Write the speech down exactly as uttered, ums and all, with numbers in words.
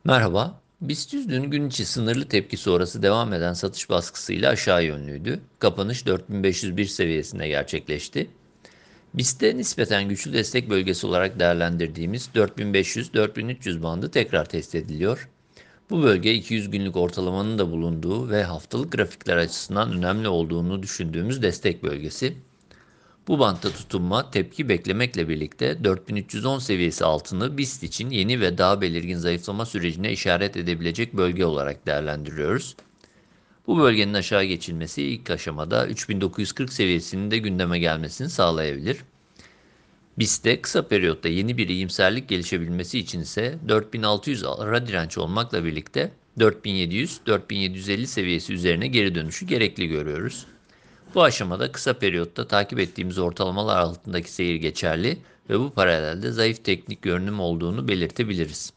Merhaba. BIST yüz dün gün içi sınırlı tepki sonrası devam eden satış baskısıyla aşağı yönlüydü. Kapanış dört bin beş yüz bir seviyesinde gerçekleşti. BIST'te nispeten güçlü destek bölgesi olarak değerlendirdiğimiz dört bin beş yüz dört bin üç yüz bandı tekrar test ediliyor. Bu bölge iki yüz günlük ortalamanın da bulunduğu ve haftalık grafikler açısından önemli olduğunu düşündüğümüz destek bölgesi. Bu bantta tutunma, tepki beklemekle birlikte dört bin üç yüz on seviyesi altını BIST için yeni ve daha belirgin zayıflama sürecine işaret edebilecek bölge olarak değerlendiriyoruz. Bu bölgenin aşağı geçilmesi ilk aşamada üç bin dokuz yüz kırk seviyesinin de gündeme gelmesini sağlayabilir. BIST'te kısa periyotta yeni bir iyimserlik gelişebilmesi için ise dört bin altı yüz ara direnç olmakla birlikte dört bin yedi yüz dört bin yedi yüz elli seviyesi üzerine geri dönüşü gerekli görüyoruz. Bu aşamada kısa periyotta takip ettiğimiz ortalamalar altındaki seyir geçerli ve bu paralelde zayıf teknik görünüm olduğunu belirtebiliriz.